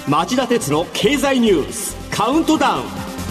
町田鉄の経済ニュースカウントダウン。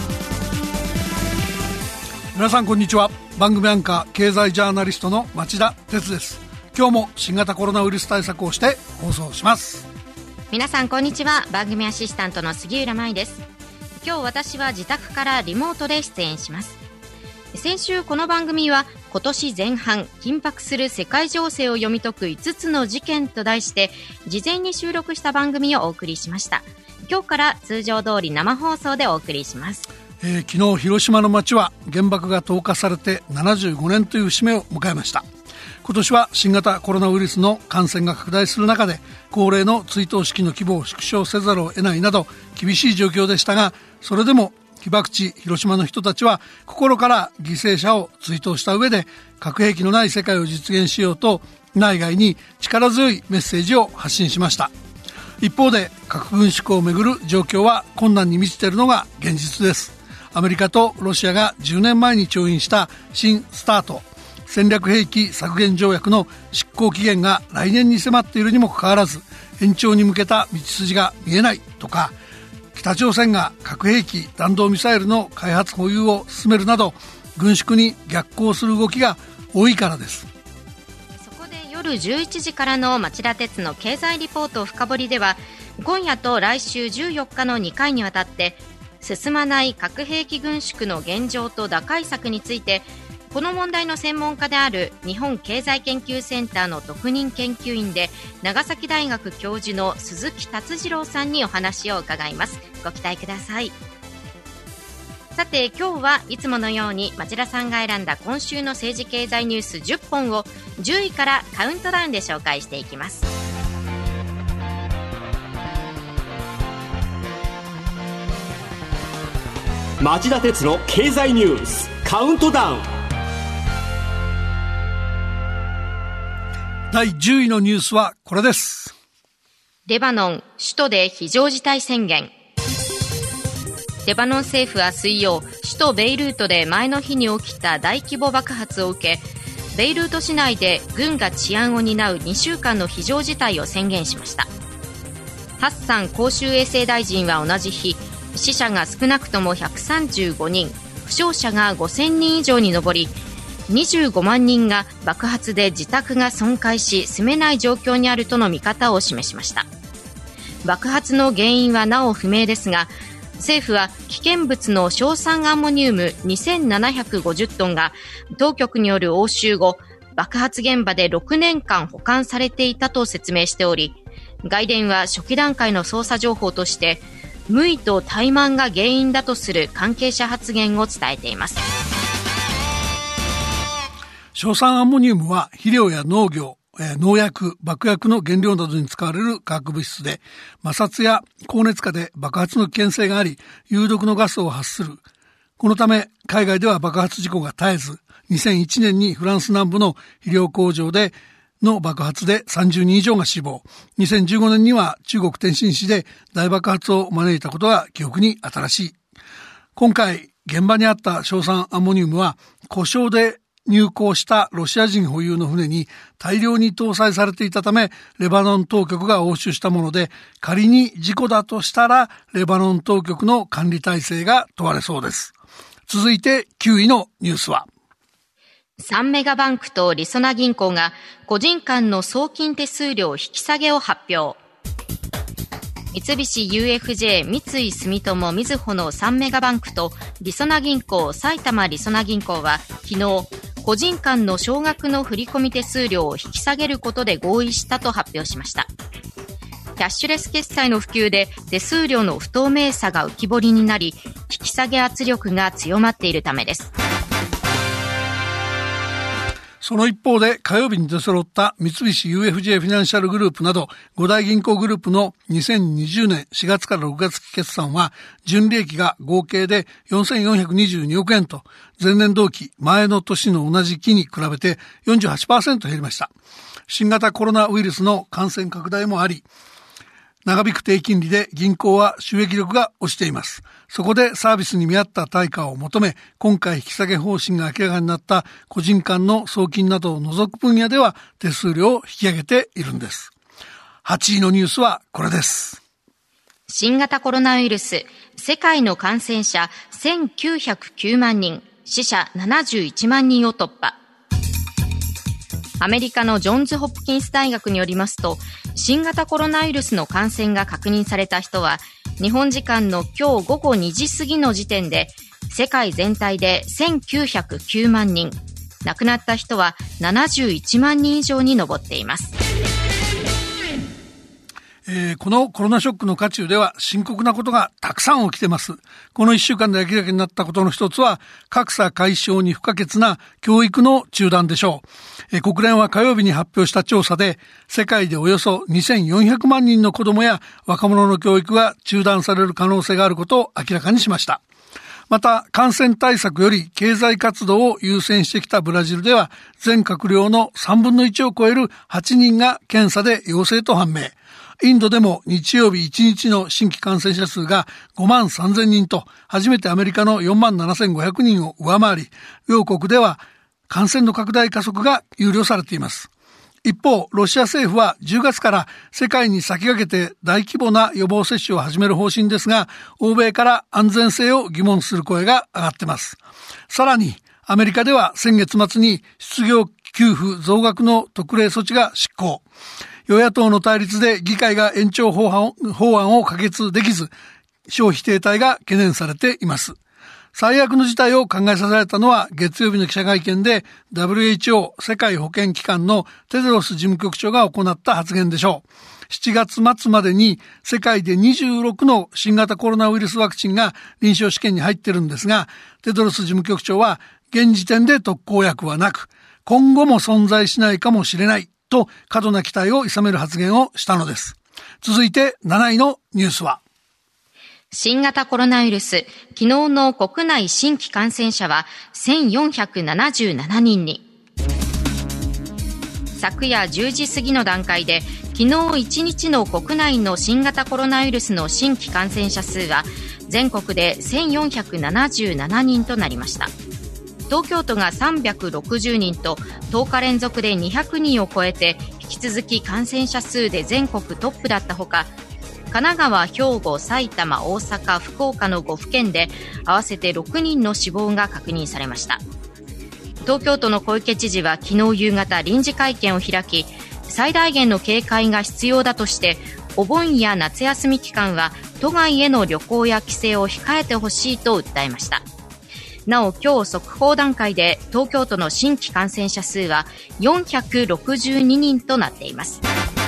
皆さんこんにちは。番組アンカー経済ジャーナリストの町田鉄です。今日も新型コロナウイルス対策をして放送します。 皆さんこんにちは。番組アシスタントの杉浦舞です。今日私は自宅からリモートで出演します。先週この番組は今年前半緊迫する世界情勢を読み解く5つの事件と題して事前に収録した番組をお送りしました。今日から通常通り生放送でお送りします。 昨日広島の街は原爆が投下されて75年という節目を迎えました。今年は新型コロナウイルスの感染が拡大する中で恒例の追悼式の規模を縮小せざるを得ないなど厳しい状況でしたが、それでも被爆地広島の人たちは心から犠牲者を追悼した上で核兵器のない世界を実現しようと内外に力強いメッセージを発信しました。一方で核軍縮をめぐる状況は困難に満ちているのが現実です。アメリカとロシアが10年前に調印した新スタート戦略兵器削減条約の執行期限が来年に迫っているにもかかわらず延長に向けた道筋が見えないとか、北朝鮮が核兵器弾道ミサイルの開発保有を進めるなど軍縮に逆行する動きが多いからです。 そこで夜11時からの町田鉄の経済リポート深掘りでは今夜と来週14日の2回にわたって進まない核兵器軍縮の現状と打開策についてこの問題の専門家である日本経済研究センターの特任研究員で長崎大学教授の鈴木達次郎さんにお話を伺います。ご期待ください。さて今日はいつものように町田さんが選んだ今週の政治経済ニュース10本を10位からカウントダウンで紹介していきます。 町田鉄の経済ニュースカウントダウン。 第10位のニュースはこれです。 レバノン首都で非常事態宣言。レバノン政府は水曜、首都ベイルートで前の日に起きた大規模爆発を受け、ベイルート市内で軍が治安を担う2週間の非常事態を宣言しました。ハッサン公衆衛生大臣は同じ日、死者が少なくとも135人、負傷者が5000人以上に上り、25万人が爆発で自宅が損壊し住めない状況にあるとの見方を示しました。爆発の原因はなお不明ですが、政府は危険物の硝酸アンモニウム2750トンが当局による押収後、爆発現場で6年間保管されていたと説明しており、外電は初期段階の捜査情報として無為と怠慢が原因だとする関係者発言を伝えています。 硝酸アンモニウムは肥料や農薬、爆薬の原料などに使われる化学物質で、摩擦や高熱下で爆発の危険性があり、有毒のガスを発する。このため海外では爆発事故が絶えず、2001年にフランス南部の肥料工場での爆発で30人以上が死亡。2015年には中国天津市で大爆発を招いたことが記憶に新しい。今回現場にあった硝酸アンモニウムは故障で入港したロシア人保有の船に大量に搭載されていたためレバノン当局が押収したもので、仮に事故だとしたらレバノン当局の管理体制が問われそうです。続いて9位のニュースは、 3メガバンクとりそな銀行が個人間の送金手数料引き下げを発表。三菱 UFJ 三井住友みずほの3メガバンクとりそな銀行埼玉りそな銀行は昨日、個人間の少額の振込手数料を引き下げることで合意したと発表しました。キャッシュレス決済の普及で手数料の不透明さが浮き彫りになり、引き下げ圧力が強まっているためです。 その一方で火曜日に出揃った三菱 UFJ フィナンシャルグループなど5大銀行グループの2020年4月から6月期決算は純利益が合計で4422億円と前年同期前の年の同じ期に比べて 48% 減りました。新型コロナウイルスの感染拡大もあり、長引く低金利で銀行は収益力が落ちています。そこでサービスに見合った対価を求め、今回引き下げ方針が明らかになった個人間の送金などを除く分野では手数料を引き上げているんです。8位のニュースはこれです。 新型コロナウイルス、世界の感染者1909万人、死者71万人を突破。アメリカのジョンズ・ホプキンス大学によりますと、新型コロナウイルスの感染が確認された人は、日本時間の今日午後2時過ぎの時点で、世界全体で1909万人、亡くなった人は71万人以上に上っています。 このコロナショックの渦中では深刻なことがたくさん起きています。この1週間で明らかになったことの一つは、格差解消に不可欠な教育の中断でしょう。国連は火曜日に発表した調査で、世界でおよそ2400万人の子どもや若者の教育が中断される可能性があることを明らかにしました。また、感染対策より経済活動を優先してきたブラジルでは、全閣僚の3分の1を超える8人が検査で陽性と判明。インドでも日曜日1日の新規感染者数が5万3000人と、初めてアメリカの4万7500人を上回り、両国では感染の拡大加速が憂慮されています。一方、ロシア政府は10月から世界に先駆けて大規模な予防接種を始める方針ですが、欧米から安全性を疑問する声が上がっています。さらに、アメリカでは先月末に失業給付増額の特例措置が執行。与野党の対立で議会が延長法案を可決できず、消費停滞が懸念されています。最悪の事態を考えさせられたのは、月曜日の記者会見で WHO 世界保健機関のテドロス事務局長が行った発言でしょう。7月末までに世界で26の新型コロナウイルスワクチンが臨床試験に入っているんですが、テドロス事務局長は、現時点で特効薬はなく、今後も存在しないかもしれないと過度な期待を諌める発言をしたのです。続いて7位のニュースは、 新型コロナウイルス、昨日の国内新規感染者は1477人に。昨夜10時過ぎの段階で、昨日1日の国内の新型コロナウイルスの新規感染者数は全国で1477人となりました。東京都が360人と10日連続で200人を超えて、引き続き感染者数で全国トップだったほか、神奈川、兵庫、埼玉、大阪、福岡の5府県で合わせて6人の死亡が確認されました。東京都の小池知事は昨日夕方臨時会見を開き、最大限の警戒が必要だとして、お盆や夏休み期間は都外への旅行や帰省を控えてほしいと訴えました。なお、今日速報段階で東京都の新規感染者数は462人となっています。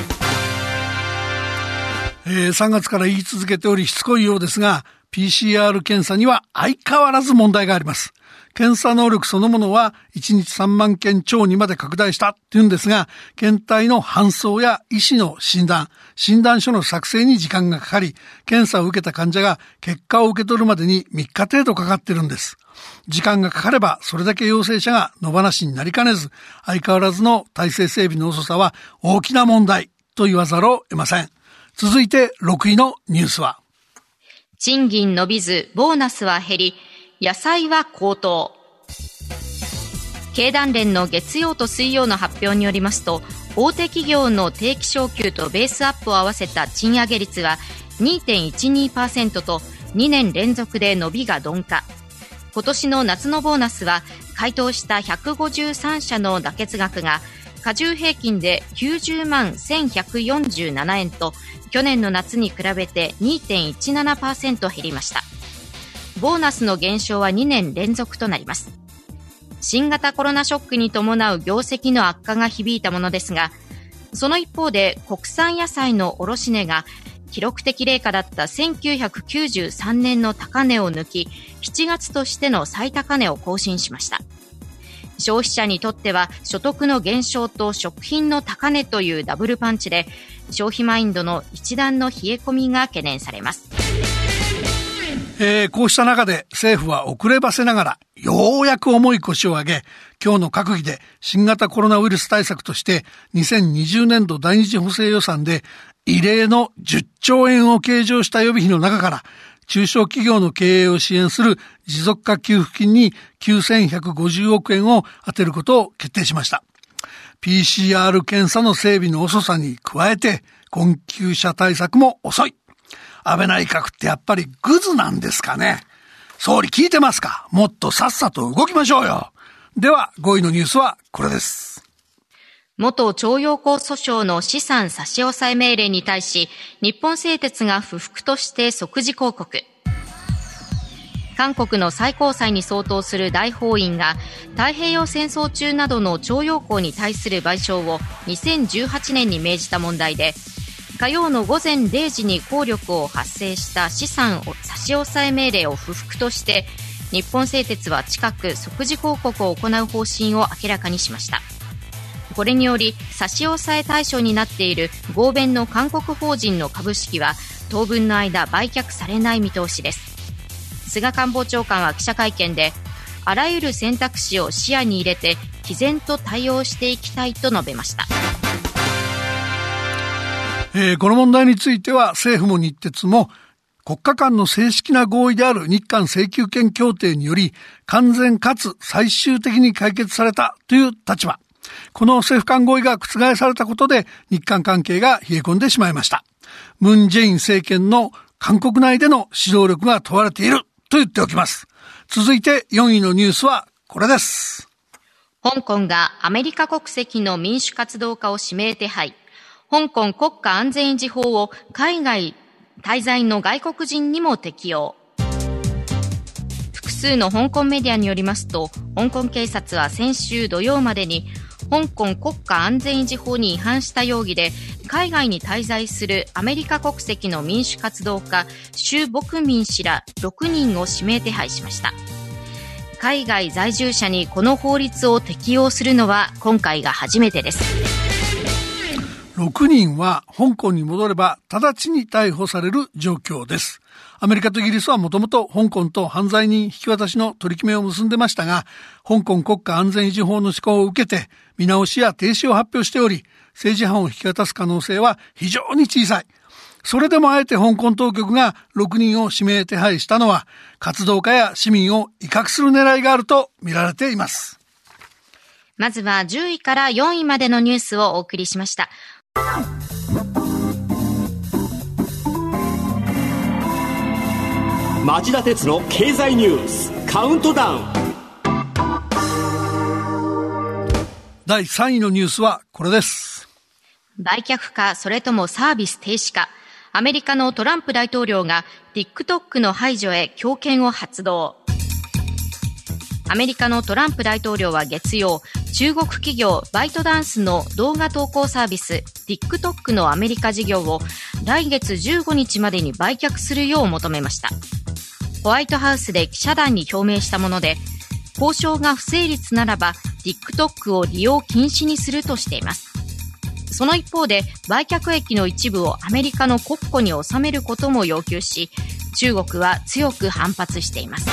3月から言い続けておりしつこいようですが、 PCR 検査には相変わらず問題があります。検査能力そのものは1日3万件超にまで拡大したっていうんですが、検体の搬送や医師の診断書の作成に時間がかかり、検査を受けた患者が結果を受け取るまでに3日程度かかってるんです。時間がかかればそれだけ陽性者が野放しになりかねず、相変わらずの体制整備の遅さは大きな問題と言わざるを得ません。続いて6位のニュースは、 賃金伸びずボーナスは減り、野菜は高騰。経団連の月曜と水曜の発表によりますと、大手企業の定期昇給とベースアップを合わせた賃上げ率は 2.12% と2年連続で伸びが鈍化。今年の夏のボーナスは回答した153社の妥結額が加重平均で90万1147円と、去年の夏に比べて 2.17% 減りました。ボーナスの減少は2年連続となります。新型コロナショックに伴う業績の悪化が響いたものですが、その一方で国産野菜の卸値が記録的冷夏だった1993年の高値を抜き、7月としての最高値を更新しました。消費者にとっては所得の減少と食品の高値というダブルパンチで、消費マインドの一段の冷え込みが懸念されます。 こうした中で政府は遅ればせながらようやく重い腰を上げ、今日の閣議で新型コロナウイルス対策として2020年度第二次補正予算で異例の10兆円を計上した予備費の中から、中小企業の経営を支援する持続化給付金に9150億円を充てることを決定しました。PCR 検査の整備の遅さに加えて困窮者対策も遅い。 安倍内閣ってやっぱりグズなんですかね。総理聞いてますか？もっとさっさと動きましょうよ。では5位のニュースはこれです。 元徴用工訴訟の資産差し押さえ命令に対し、日本製鉄が不服として即時抗告。韓国の最高裁に相当する大法院が太平洋戦争中などの徴用工に対する賠償を2018年に命じた問題で、火曜の午前0時に効力を発生した資産差し押さえ命令を不服として、日本製鉄は近く即時抗告を行う方針を明らかにしました。これにより差し押さえ対象になっている合弁の韓国法人の株式は当分の間売却されない見通しです。菅官房長官は記者会見で、あらゆる選択肢を視野に入れて毅然と対応していきたいと述べました。 この問題については政府も日鉄も国家間の正式な合意である日韓請求権協定により完全かつ最終的に解決されたという立場。この政府間合意が覆されたことで日韓関係が冷え込んでしまいました。ムン・ジェイン政権の韓国内での指導力が問われていると言っておきます。続いて4位のニュースはこれです。 香港がアメリカ国籍の民主活動家を指名手配。香港国家安全維持法を海外滞在の外国人にも適用。複数の香港メディアによりますと、香港警察は先週土曜までに香港国家安全維持法に違反した容疑で海外に滞在するアメリカ国籍の民主活動家朱牧民氏ら6人を指名手配しました。海外在住者にこの法律を適用するのは今回が初めてです。 6人は香港に戻れば直ちに逮捕される状況です。アメリカとイギリスはもともと香港と犯罪人引き渡しの取り決めを結んでましたが、香港国家安全維持法の施行を受けて見直しや停止を発表しており、政治犯を引き渡す可能性は非常に小さい。それでもあえて香港当局が6人を指名手配したのは、活動家や市民を威嚇する狙いがあると見られています。 まずは10位から4位までのニュースをお送りしました。 町田鉄の経済ニュースカウントダウン。 第3位のニュースはこれです。 売却かそれともサービス停止か。アメリカのトランプ大統領が TikTok の排除へ強権を発動。アメリカのトランプ大統領は月曜、中国企業バイトダンスの動画投稿サービス TikTok のアメリカ事業を来月15日までに売却するよう求めました。ホワイトハウスで記者団に表明したもので、交渉が不成立ならば TikTok を利用禁止にするとしています。その一方で売却益の一部をアメリカの国庫に収めることも要求し、中国は強く反発しています。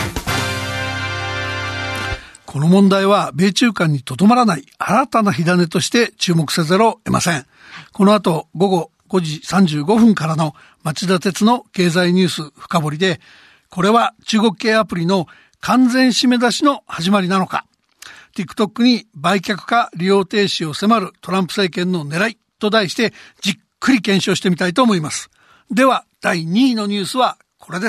この問題は米中間にとどまらない新たな火種として注目せざるを得ません。この後午後5時35分からの町田鉄の経済ニュース深掘りで、これは中国系アプリの完全締め出しの始まりなのか、 TikTok に売却か利用停止を迫るトランプ政権の狙いと題してじっくり検証してみたいと思います。では第2位のニュースはこれです。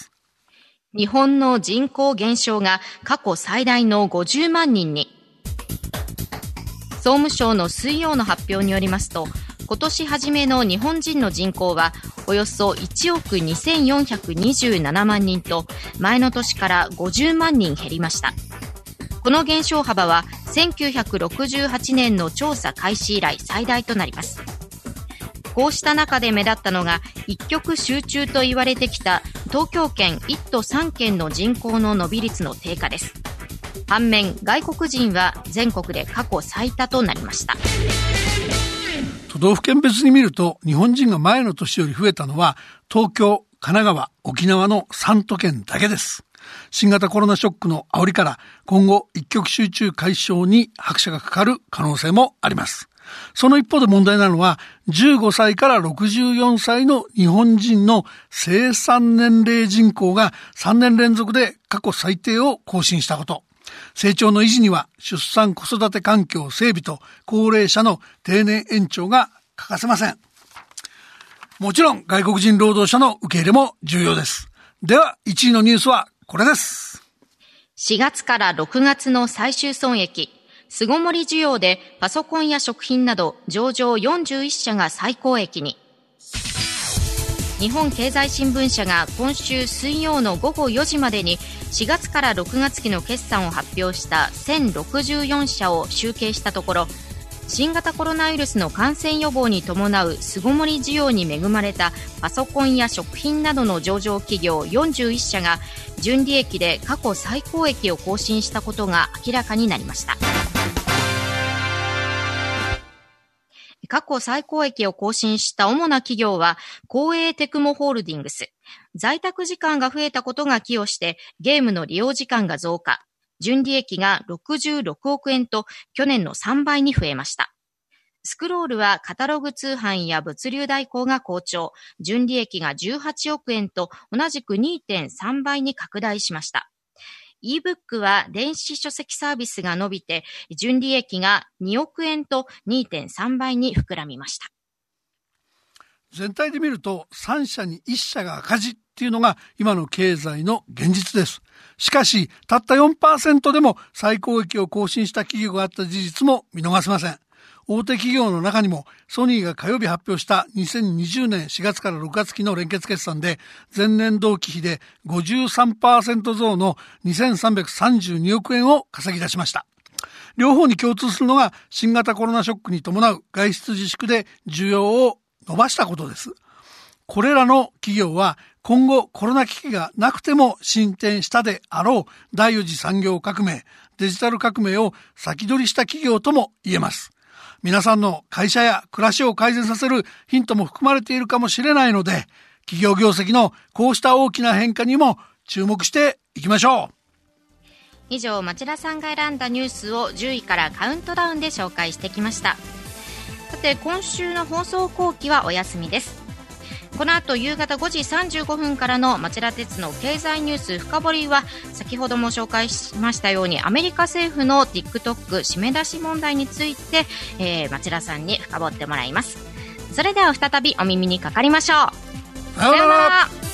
日本の人口減少が過去最大の50万人に。総務省の水曜の発表によりますと、今年初めの日本人の人口はおよそ1億2427万人と、前の年から50万人減りました。この減少幅は1968年の調査開始以来最大となります。こうした中で目立ったのが、一極集中と言われてきた東京圏1都3県の人口の伸び率の低下です。反面、外国人は全国で過去最多となりました。 都道府県別に見ると、日本人が前の年より増えたのは東京、神奈川、沖縄の3都県だけです。新型コロナショックの煽りから今後一極集中解消に拍車がかかる可能性もあります。その一方で問題なのは、15歳から64歳の日本人の生産年齢人口が3年連続で過去最低を更新したこと。成長の維持には出産子育て環境整備と高齢者の定年延長が欠かせません。 もちろん外国人労働者の受け入れも重要です。では1位のニュースはこれです。 4月から6月の最終損益、巣ごもり需要でパソコンや食品など上場41社が最高益に。日本経済新聞社が今週水曜の午後4時までに4月から6月期の決算を発表した1064社を集計したところ、新型コロナウイルスの感染予防に伴う巣ごもり需要に恵まれたパソコンや食品などの上場企業41社が純利益で過去最高益を更新したことが明らかになりました。過去最高益を更新した主な企業は、光栄テクモホールディングス。在宅時間が増えたことが寄与してゲームの利用時間が増加。純利益が66億円と去年の3倍に増えました。スクロールはカタログ通販や物流代行が好調。純利益が18億円と同じく 2.3 倍に拡大しました。ebook は電子書籍サービスが伸びて、純利益が2億円と 2.3 倍に膨らみました。 全体で見ると3社に1社が赤字っていうのが今の経済の現実です。しかし、たった 4% でも最高益を更新した企業があった事実も見逃せません。大手企業の中にもソニーが火曜日発表した2020年4月から6月期の連結決算で前年同期比で 53% 増の2332億円を稼ぎ出しました。両方に共通するのが新型コロナショックに伴う外出自粛で需要を伸ばしたことです。これらの企業は今後コロナ危機がなくても進展したであろう第4次産業革命、デジタル革命を先取りした企業とも言えます。皆さんの会社や暮らしを改善させるヒントも含まれているかもしれないので、企業業績のこうした大きな変化にも注目していきましょう。 以上、町田さんが選んだニュースを10位からカウントダウンで紹介してきました。さて、今週の放送後期はお休みです。この後夕方5時35分からの町田鉄の経済ニュース深掘りは、先ほども紹介しましたようにアメリカ政府の TikTok 締め出し問題について、町田さんに深掘ってもらいます。それでは再びお耳にかかりましょう。 さようなら。